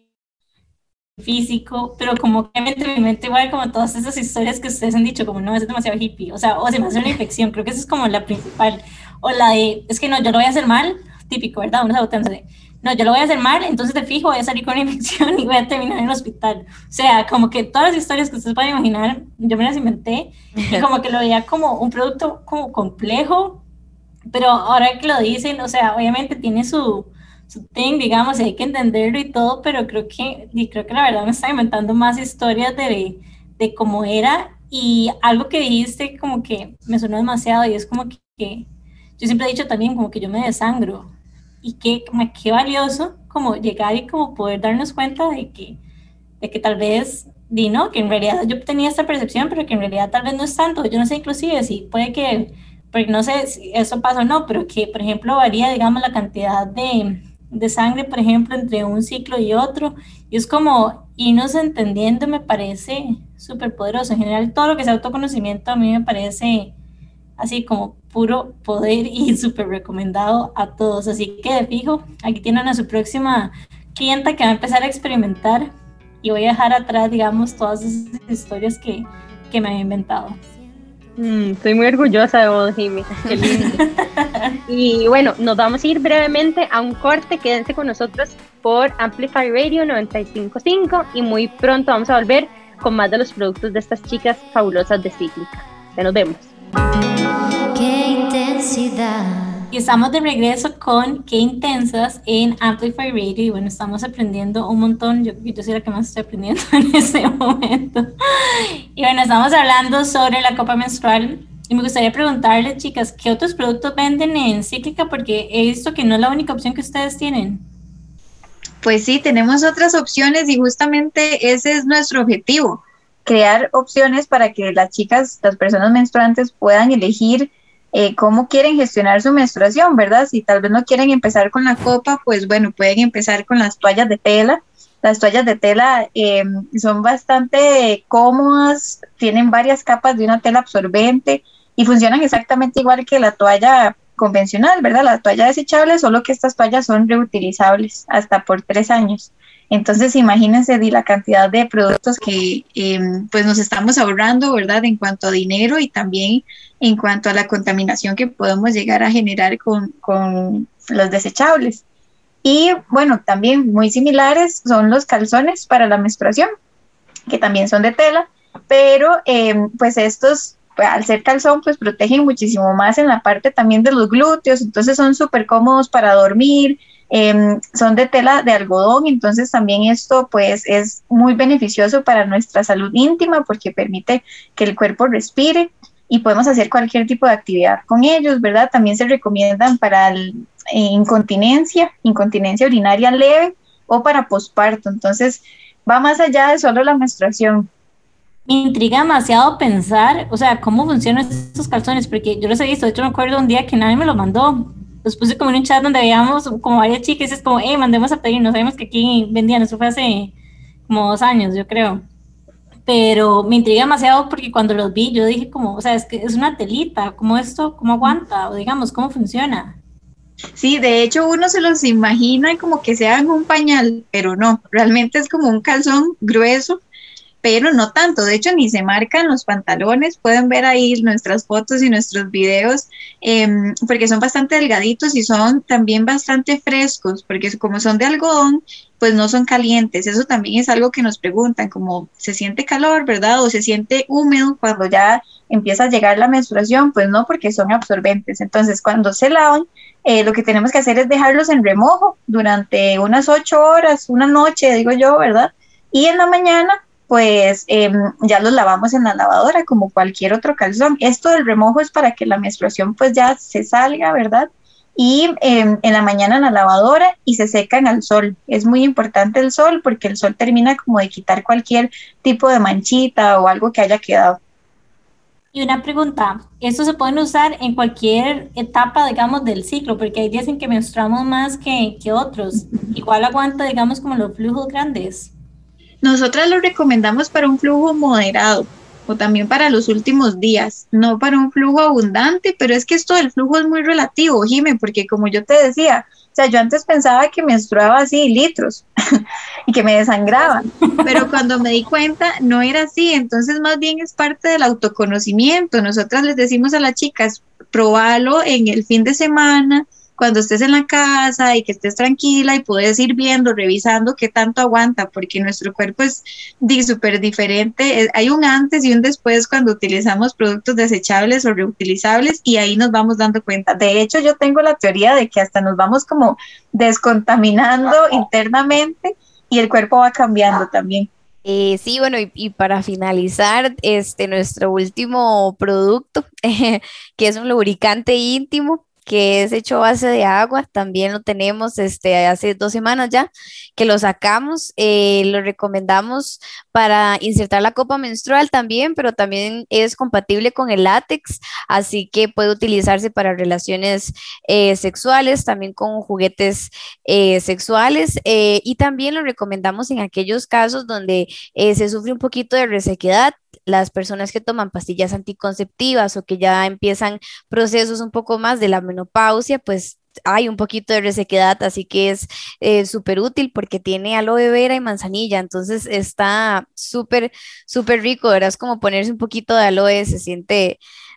físico, pero como que mi mente igual como todas esas historias que ustedes han dicho, como no, es demasiado hippie, o sea, o se me hace una infección, creo que esa es como la principal, o la de, es que no, yo lo voy a hacer mal, típico, ¿verdad? Uno se de, no, yo lo voy a hacer mal, entonces de fijo voy a salir con una infección y voy a terminar en el hospital, o sea, como que todas las historias que ustedes pueden imaginar, yo me las inventé, y como que lo veía como un producto como complejo, pero ahora que lo dicen, o sea, obviamente tiene su thing, digamos, y hay que entenderlo y todo, pero creo que la verdad me está inventando más historias de cómo era, y algo que dijiste como que me sonó demasiado, y es como que yo siempre he dicho también como que yo me desangro, y qué valioso como llegar y como poder darnos cuenta de que tal vez, no, que en realidad yo tenía esta percepción, pero que en realidad tal vez no es tanto, yo no sé inclusive si puede que, porque no sé si eso pasa o no, pero que por ejemplo varía, digamos, la cantidad de sangre, por ejemplo, entre un ciclo y otro, y es como irnos entendiendo, me parece súper poderoso. En general, todo lo que sea autoconocimiento a mí me parece así como puro poder y súper recomendado a todos. Así que de fijo, aquí tienen a su próxima clienta que va a empezar a experimentar, y voy a dejar atrás, digamos, todas esas historias que me había inventado. Estoy muy orgullosa de vos, Jimmy. Qué lindo. Y bueno, nos vamos a ir brevemente a un corte. Quédense con nosotros por Amplify Radio 95.5 y muy pronto vamos a volver con más de los productos de estas chicas fabulosas de Cíclica. Ya nos vemos. Qué intensidad. Y estamos de regreso con Qué Intensas en Amplify Radio. Y bueno, estamos aprendiendo un montón. Yo soy la que más estoy aprendiendo en este momento. Y bueno, estamos hablando sobre la copa menstrual. Y me gustaría preguntarles, chicas, ¿qué otros productos venden en Cíclica? Porque he visto que no es la única opción que ustedes tienen. Pues sí, tenemos otras opciones y justamente ese es nuestro objetivo, crear opciones para que las chicas, las personas menstruantes puedan elegir cómo quieren gestionar su menstruación, ¿verdad? Si tal vez no quieren empezar con la copa, pues bueno, pueden empezar con las toallas de tela. Las toallas de tela son bastante cómodas, tienen varias capas de una tela absorbente y funcionan exactamente igual que la toalla convencional, ¿verdad? La toalla desechable, solo que estas toallas son reutilizables hasta por 3 años. Entonces, imagínense la cantidad de productos que pues nos estamos ahorrando, ¿verdad? En cuanto a dinero y también en cuanto a la contaminación que podemos llegar a generar con los desechables. Y bueno, también muy similares son los calzones para la menstruación, que también son de tela, pero pues estos, al ser calzón, pues protegen muchísimo más en la parte también de los glúteos, entonces son súper cómodos para dormir. Son de tela de algodón, entonces también esto pues es muy beneficioso para nuestra salud íntima porque permite que el cuerpo respire y podemos hacer cualquier tipo de actividad con ellos, ¿verdad? También se recomiendan para incontinencia urinaria leve o para posparto, entonces va más allá de solo la menstruación. Me intriga demasiado pensar, o sea, cómo funcionan estos calzones, porque yo los he visto. De hecho me acuerdo un día que nadie me los mandó. Los puse como en un chat donde veíamos como varias chicas y es como, mandemos a pedir. No sabemos que aquí vendían, eso fue hace como 2 años, yo creo. Pero me intriga demasiado porque cuando los vi yo dije como, o sea, es que es una telita, ¿cómo esto, cómo aguanta? O digamos, ¿cómo funciona? Sí, de hecho uno se los imagina como que sean un pañal, pero no, realmente es como un calzón grueso, pero no tanto, de hecho ni se marcan los pantalones, pueden ver ahí nuestras fotos y nuestros videos, porque son bastante delgaditos y son también bastante frescos, porque como son de algodón, pues no son calientes, eso también es algo que nos preguntan, como se siente calor, ¿verdad? O se siente húmedo cuando ya empieza a llegar la menstruación, pues no, porque son absorbentes, entonces cuando se lavan, lo que tenemos que hacer es dejarlos en remojo durante unas 8 horas, una noche, digo yo, ¿verdad? Y en la mañana pues ya los lavamos en la lavadora como cualquier otro calzón. Esto del remojo es para que la menstruación pues ya se salga, ¿verdad? Y en la mañana en la lavadora y se secan al sol. Es muy importante el sol porque el sol termina como de quitar cualquier tipo de manchita o algo que haya quedado. Y una pregunta, ¿estos se pueden usar en cualquier etapa, digamos, del ciclo? Porque hay días en que menstruamos más que otros. Igual aguanta, digamos, como los flujos grandes. Nosotras lo recomendamos para un flujo moderado o también para los últimos días, no para un flujo abundante, pero es que esto del flujo es muy relativo, Jimé, porque como yo te decía, o sea, yo antes pensaba que menstruaba así litros y que me desangraba, pero cuando me di cuenta no era así, entonces más bien es parte del autoconocimiento. Nosotras les decimos a las chicas, probalo en el fin de semana, cuando estés en la casa y que estés tranquila y puedes ir viendo, revisando qué tanto aguanta, porque nuestro cuerpo es súper diferente. Hay un antes y un después cuando utilizamos productos desechables o reutilizables y ahí nos vamos dando cuenta. De hecho, yo tengo la teoría de que hasta nos vamos como descontaminando internamente y el cuerpo va cambiando también. Sí, bueno, y para finalizar, nuestro último producto, que es un lubricante íntimo, que es hecho a base de agua, también lo tenemos hace 2 semanas ya que lo sacamos, lo recomendamos para insertar la copa menstrual también, pero también es compatible con el látex, así que puede utilizarse para relaciones sexuales, también con juguetes sexuales, y también lo recomendamos en aquellos casos donde se sufre un poquito de resequedad. Las personas que toman pastillas anticonceptivas o que ya empiezan procesos un poco más de la menopausia, pues hay un poquito de resequedad, así que es súper útil porque tiene aloe vera y manzanilla, entonces está súper rico, ¿verdad? Es como ponerse un poquito de aloe, se siente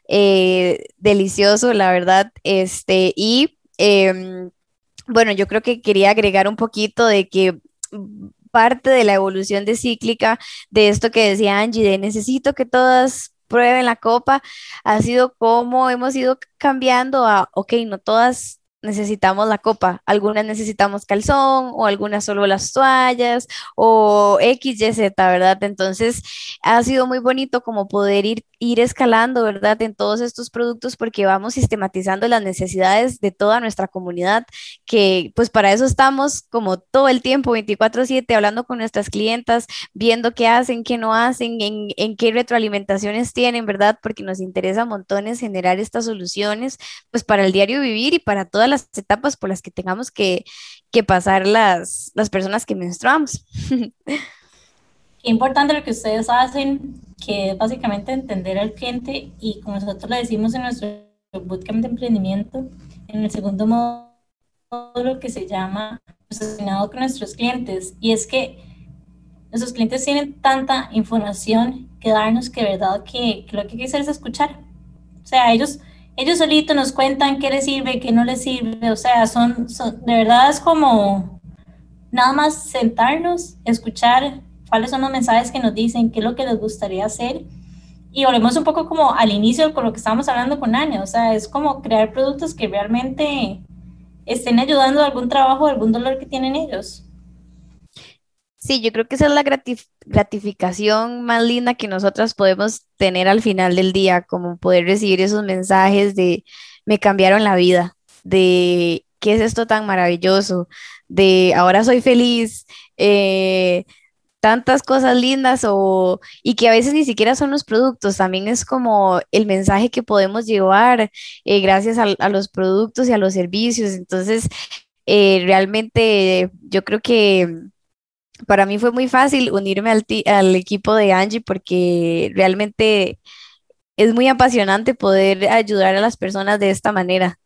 delicioso, la verdad, y bueno, yo creo que quería agregar un poquito de que parte de la evolución de Cíclica, de esto que decía Angie, de necesito que todas prueben la copa, ha sido como hemos ido cambiando a, ok, no todas necesitamos la copa, algunas necesitamos calzón o algunas solo las toallas o X, Y, Z, ¿verdad? Entonces ha sido muy bonito como poder ir escalando, ¿verdad? En todos estos productos porque vamos sistematizando las necesidades de toda nuestra comunidad, que pues para eso estamos como todo el tiempo, 24/7, hablando con nuestras clientas, viendo qué hacen, qué no hacen, en qué retroalimentaciones tienen, ¿verdad? Porque nos interesa montones generar estas soluciones, pues para el diario vivir y para todas las etapas por las que tengamos que pasar las personas que menstruamos. Qué importante lo que ustedes hacen, que es básicamente entender al cliente y como nosotros le decimos en nuestro bootcamp de emprendimiento, en el segundo módulo que se llama Relacionado con nuestros clientes, y es que nuestros clientes tienen tanta información que darnos que de verdad que lo que hay que hacer es escuchar. O sea, ellos solitos nos cuentan qué les sirve, qué no les sirve, o sea, de verdad es como nada más sentarnos, escuchar cuáles son los mensajes que nos dicen, qué es lo que les gustaría hacer, y volvemos un poco como al inicio con lo que estábamos hablando con Ania, o sea, es como crear productos que realmente estén ayudando a algún trabajo, algún dolor que tienen ellos. Sí, yo creo que esa es la gratificación más linda que nosotras podemos tener al final del día, como poder recibir esos mensajes de me cambiaron la vida, de qué es esto tan maravilloso, de ahora soy feliz, tantas cosas lindas y que a veces ni siquiera son los productos, también es como el mensaje que podemos llevar gracias a los productos y a los servicios. Entonces, realmente yo creo que para mí fue muy fácil unirme al equipo de Angie porque realmente es muy apasionante poder ayudar a las personas de esta manera.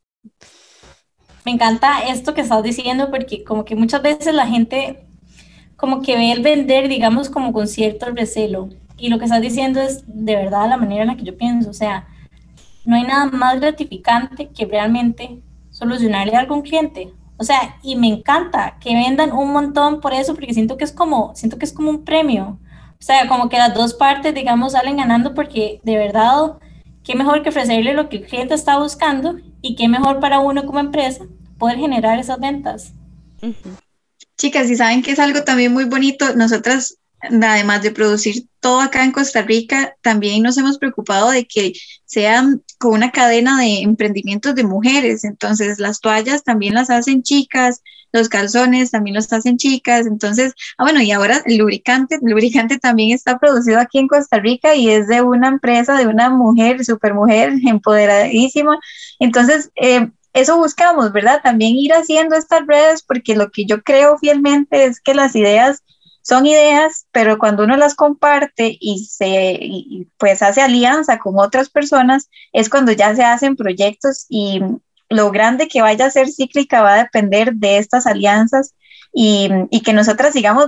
Me encanta esto que estás diciendo porque como que muchas veces la gente como que ve el vender, digamos, como con cierto recelo. Y lo que estás diciendo es de verdad la manera en la que yo pienso. O sea, no hay nada más gratificante que realmente solucionarle algo a un cliente. O sea, y me encanta que vendan un montón por eso, porque siento que es como un premio. O sea, como que las dos partes, digamos, salen ganando porque de verdad, qué mejor que ofrecerle lo que el cliente está buscando y qué mejor para uno como empresa poder generar esas ventas. Ujú. Chicas, y saben que es algo también muy bonito, nosotras, además de producir todo acá en Costa Rica, también nos hemos preocupado de que sean con una cadena de emprendimientos de mujeres, entonces las toallas también las hacen chicas, los calzones también los hacen chicas, entonces, bueno, y ahora el lubricante también está producido aquí en Costa Rica y es de una empresa, de una mujer, super mujer, empoderadísima, entonces, eso buscamos, ¿verdad? También ir haciendo estas redes porque lo que yo creo fielmente es que las ideas son ideas, pero cuando uno las comparte y pues hace alianza con otras personas, es cuando ya se hacen proyectos y lo grande que vaya a ser Cíclica va a depender de estas alianzas y que nosotras sigamos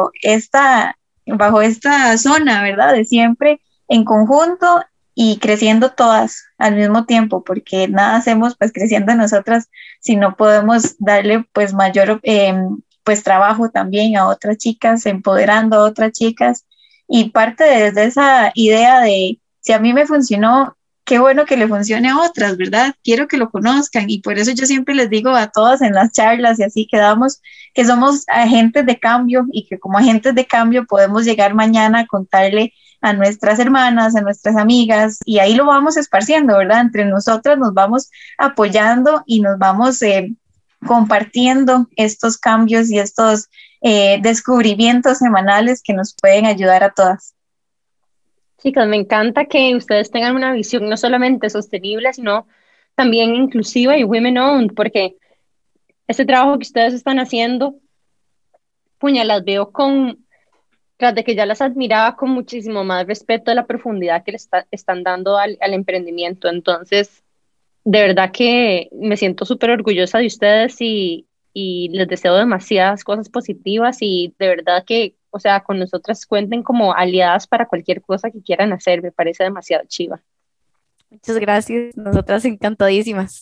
bajo esta zona, ¿verdad? De siempre en conjunto y creciendo todas al mismo tiempo, porque nada hacemos pues creciendo nosotras si no podemos darle pues mayor pues trabajo también a otras chicas, empoderando a otras chicas y parte desde esa idea de si a mí me funcionó, qué bueno que le funcione a otras, ¿verdad? Quiero que lo conozcan y por eso yo siempre les digo a todas en las charlas y así quedamos que somos agentes de cambio y que como agentes de cambio podemos llegar mañana a contarle a nuestras hermanas, a nuestras amigas, y ahí lo vamos esparciendo, ¿verdad? Entre nosotras nos vamos apoyando y nos vamos compartiendo estos cambios y estos descubrimientos semanales que nos pueden ayudar a todas. Chicas, me encanta que ustedes tengan una visión no solamente sostenible, sino también inclusiva y women-owned, porque este trabajo que ustedes están haciendo, puña, las veo tras de que ya las admiraba con muchísimo más respeto de la profundidad que le están dando al emprendimiento. Entonces, De verdad que me siento súper orgullosa de ustedes y les deseo demasiadas cosas positivas y de verdad que, o sea, con nosotras cuenten como aliadas para cualquier cosa que quieran hacer, me parece demasiado chiva. Muchas gracias, nosotras encantadísimas.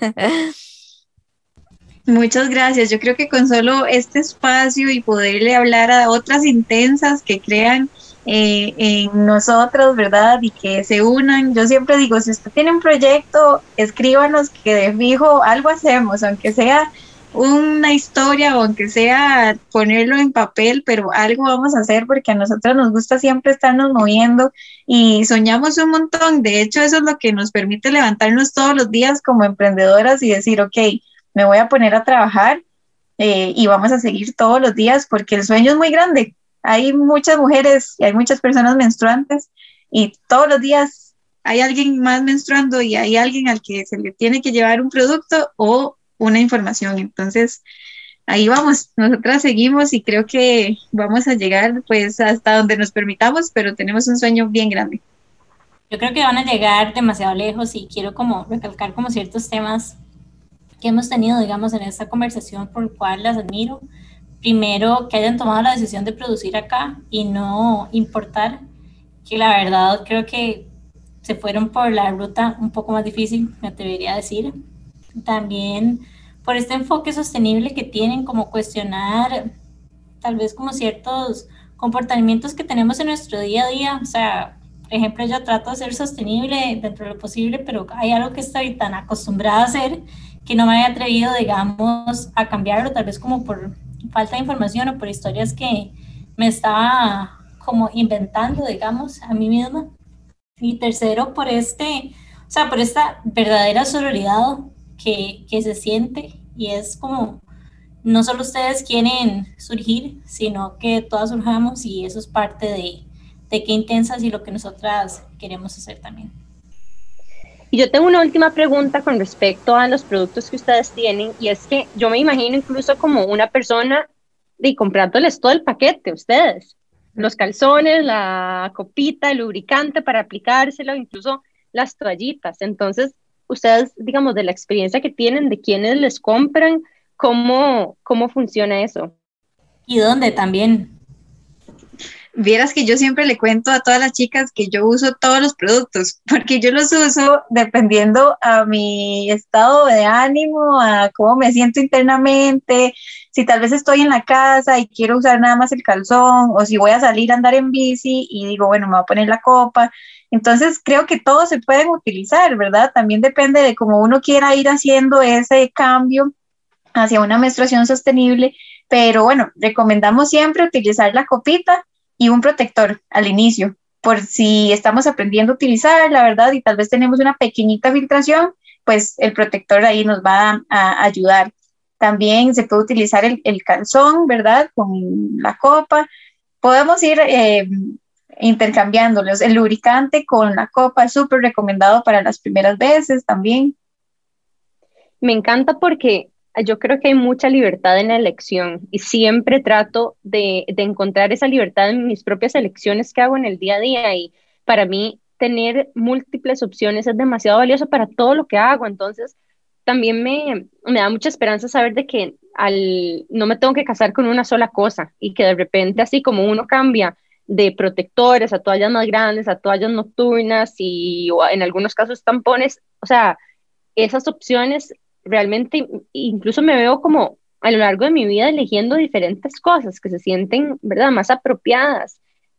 Muchas gracias. Yo creo que con solo este espacio y poderle hablar a otras intensas que crean en nosotros, ¿verdad? Y que se unan. Yo siempre digo, si usted tiene un proyecto, escríbanos que de fijo algo hacemos, aunque sea una historia o aunque sea ponerlo en papel, pero algo vamos a hacer porque a nosotros nos gusta siempre estarnos moviendo y soñamos un montón. De hecho, eso es lo que nos permite levantarnos todos los días como emprendedoras y decir, ok, me voy a poner a trabajar y vamos a seguir todos los días porque el sueño es muy grande. Hay muchas mujeres y hay muchas personas menstruantes y todos los días hay alguien más menstruando y hay alguien al que se le tiene que llevar un producto o una información. Entonces, ahí vamos, nosotras seguimos y creo que vamos a llegar pues hasta donde nos permitamos, pero tenemos un sueño bien grande. Yo creo que van a llegar demasiado lejos y quiero como recalcar como ciertos temas que hemos tenido, digamos, en esta conversación, por lo cual las admiro. Primero, que hayan tomado la decisión de producir acá y no importar, que la verdad creo que se fueron por la ruta un poco más difícil, me atrevería a decir. También por este enfoque sostenible que tienen, como cuestionar tal vez como ciertos comportamientos que tenemos en nuestro día a día. O sea, por ejemplo, yo trato de ser sostenible dentro de lo posible, pero hay algo que estoy tan acostumbrada a hacer que no me había atrevido, digamos, a cambiarlo, tal vez como por falta de información o por historias que me estaba como inventando, digamos, a mí misma. Y tercero, por por esta verdadera sororidad que se siente y es como, no solo ustedes quieren surgir, sino que todas surjamos y eso es parte de qué intensas y lo que nosotras queremos hacer también. Y yo tengo una última pregunta con respecto a los productos que ustedes tienen, y es que yo me imagino incluso como una persona de comprándoles todo el paquete a ustedes, los calzones, la copita, el lubricante para aplicárselo, incluso las toallitas. Entonces, ustedes, digamos, de la experiencia que tienen, de quienes les compran, ¿cómo funciona eso? ¿Y dónde también? Vieras que yo siempre le cuento a todas las chicas que yo uso todos los productos, porque yo los uso dependiendo a mi estado de ánimo, a cómo me siento internamente, si tal vez estoy en la casa y quiero usar nada más el calzón, o si voy a salir a andar en bici y digo, bueno, me voy a poner la copa. Entonces creo que todos se pueden utilizar, ¿verdad? También depende de cómo uno quiera ir haciendo ese cambio hacia una menstruación sostenible, pero bueno, recomendamos siempre utilizar la copita y un protector al inicio, por si estamos aprendiendo a utilizar, la verdad, y tal vez tenemos una pequeñita filtración, pues el protector ahí nos va a ayudar. También se puede utilizar el calzón, ¿verdad? Con la copa. Podemos ir intercambiándolos. El lubricante con la copa es súper recomendado para las primeras veces también. Me encanta porque yo creo que hay mucha libertad en la elección y siempre trato de encontrar esa libertad en mis propias elecciones que hago en el día a día, y para mí tener múltiples opciones es demasiado valioso para todo lo que hago. Entonces también me da mucha esperanza saber de que no me tengo que casar con una sola cosa y que de repente, así como uno cambia de protectores a toallas más grandes, a toallas nocturnas o en algunos casos tampones, o sea, esas opciones realmente incluso me veo como a lo largo de mi vida eligiendo diferentes cosas que se sienten, ¿verdad?, más apropiadas.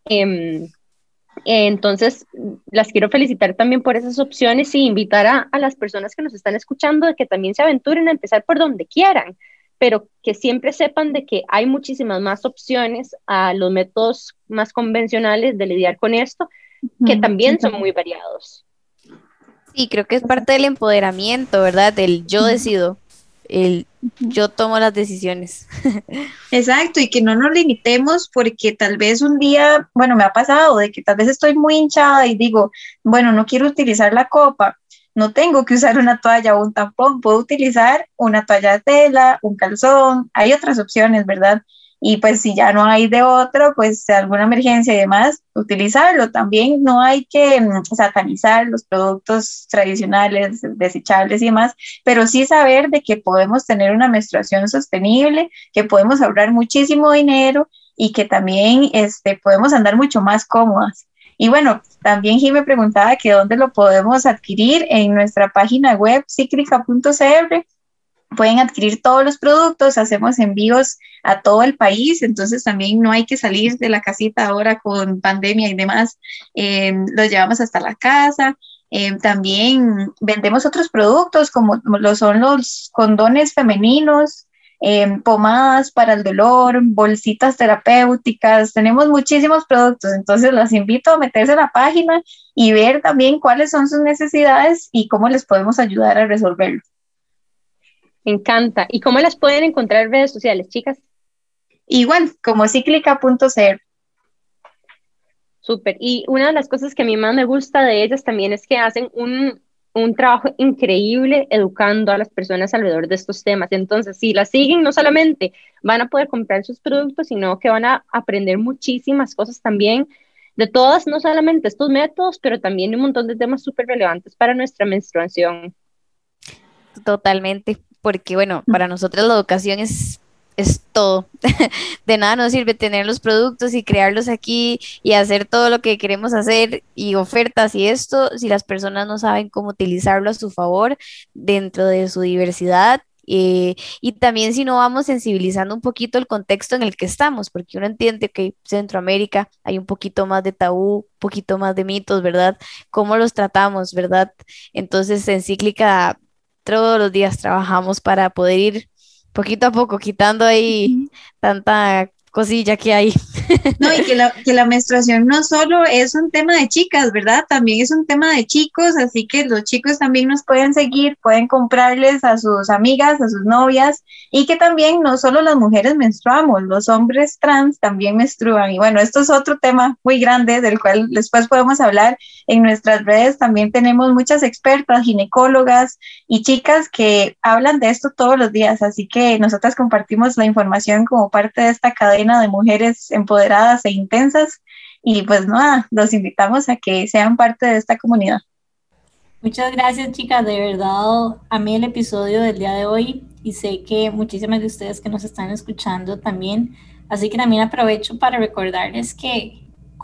Entonces, las quiero felicitar también por esas opciones y invitar a las personas que nos están escuchando de que también se aventuren a empezar por donde quieran, pero que siempre sepan de que hay muchísimas más opciones a los métodos más convencionales de lidiar con esto, que también son muy variados. Sí, creo que es parte del empoderamiento, ¿verdad? Del yo decido, el yo tomo las decisiones. Exacto, y que no nos limitemos porque tal vez un día, bueno, me ha pasado de que tal vez estoy muy hinchada y digo, bueno, no quiero utilizar la copa, no tengo que usar una toalla o un tampón, puedo utilizar una toalla de tela, un calzón, hay otras opciones, ¿verdad? y pues si ya no hay de otro, pues alguna emergencia y demás, utilizarlo. También no hay que satanizar los productos tradicionales, desechables y demás, pero sí saber de que podemos tener una menstruación sostenible, que podemos ahorrar muchísimo dinero y que también podemos andar mucho más cómodas. Y bueno, también Jimmy me preguntaba que dónde lo podemos adquirir. En nuestra página web cíclica.cr pueden adquirir todos los productos, hacemos envíos a todo el país, entonces también no hay que salir de la casita ahora con pandemia y demás, los llevamos hasta la casa. También vendemos otros productos como lo son los condones femeninos, pomadas para el dolor, bolsitas terapéuticas, tenemos muchísimos productos, entonces las invito a meterse a la página y ver también cuáles son sus necesidades y cómo les podemos ayudar a resolverlo. Me encanta. ¿Y cómo las pueden encontrar en redes sociales, chicas? Igual, como cíclica.cr. Súper. Y una de las cosas que a mí más me gusta de ellas también es que hacen un trabajo increíble educando a las personas alrededor de estos temas. Entonces, si las siguen, no solamente van a poder comprar sus productos, sino que van a aprender muchísimas cosas también de todas, no solamente estos métodos, pero también un montón de temas súper relevantes para nuestra menstruación. Totalmente, porque bueno, para nosotros la educación es todo. De nada nos sirve tener los productos y crearlos aquí y hacer todo lo que queremos hacer y ofertas y esto si las personas no saben cómo utilizarlo a su favor dentro de su diversidad. Y también si no vamos sensibilizando un poquito el contexto en el que estamos, porque uno entiende que en Centroamérica hay un poquito más de tabú, un poquito más de mitos, ¿verdad? ¿Cómo los tratamos, verdad? Entonces en Cíclica todos los días trabajamos para poder ir poquito a poco quitando ahí tanta cosilla que hay. No, y que la menstruación no solo es un tema de chicas, ¿verdad? También es un tema de chicos, así que los chicos también nos pueden seguir, pueden comprarles a sus amigas, a sus novias, y que también no solo las mujeres menstruamos, los hombres trans también menstruan. Y bueno, esto es otro tema muy grande del cual después podemos hablar. En nuestras redes también tenemos muchas expertas, ginecólogas y chicas que hablan de esto todos los días, así que nosotras compartimos la información como parte de esta cadena de mujeres empoderadas e intensas y pues nada, los invitamos a que sean parte de esta comunidad. Muchas gracias, chicas, de verdad amé el episodio del día de hoy y sé que muchísimas de ustedes que nos están escuchando también, así que también aprovecho para recordarles que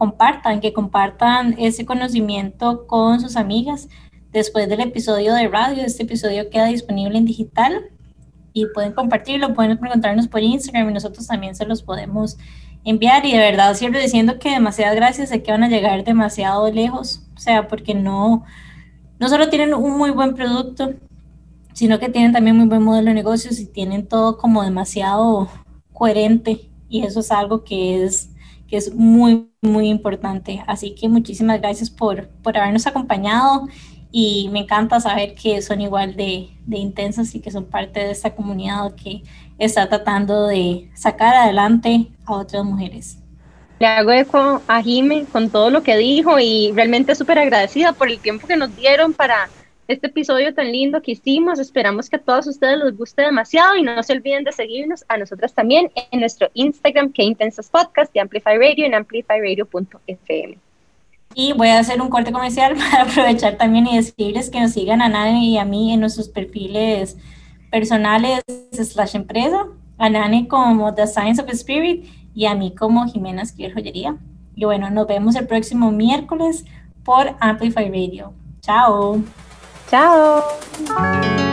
compartan ese conocimiento con sus amigas. Después del episodio de radio, este episodio queda disponible en digital y pueden compartirlo, pueden preguntarnos por Instagram y nosotros también se los podemos enviar. Y de verdad cierro diciendo que demasiadas gracias, sé que van a llegar demasiado lejos, o sea, porque no solo tienen un muy buen producto, sino que tienen también muy buen modelo de negocios y tienen todo como demasiado coherente, y eso es algo que es muy, muy importante. Así que muchísimas gracias por habernos acompañado. Y me encanta saber que son igual de intensas y que son parte de esta comunidad que está tratando de sacar adelante a otras mujeres. Le hago eco a Jime con todo lo que dijo y realmente súper agradecida por el tiempo que nos dieron para este episodio tan lindo que hicimos. Esperamos que a todos ustedes les guste demasiado y no se olviden de seguirnos a nosotras también en nuestro Instagram, Que Intensas Podcast, de Amplify Radio en amplifyradio.fm. Y voy a hacer un corte comercial para aprovechar también y decirles que nos sigan a Nane y a mí en nuestros perfiles personales /empresa, a Nane como The Science of Spirit y a mí como Jimena Esquivel Joyería. Y bueno, nos vemos el próximo miércoles por Amplify Radio. Chao. Chao.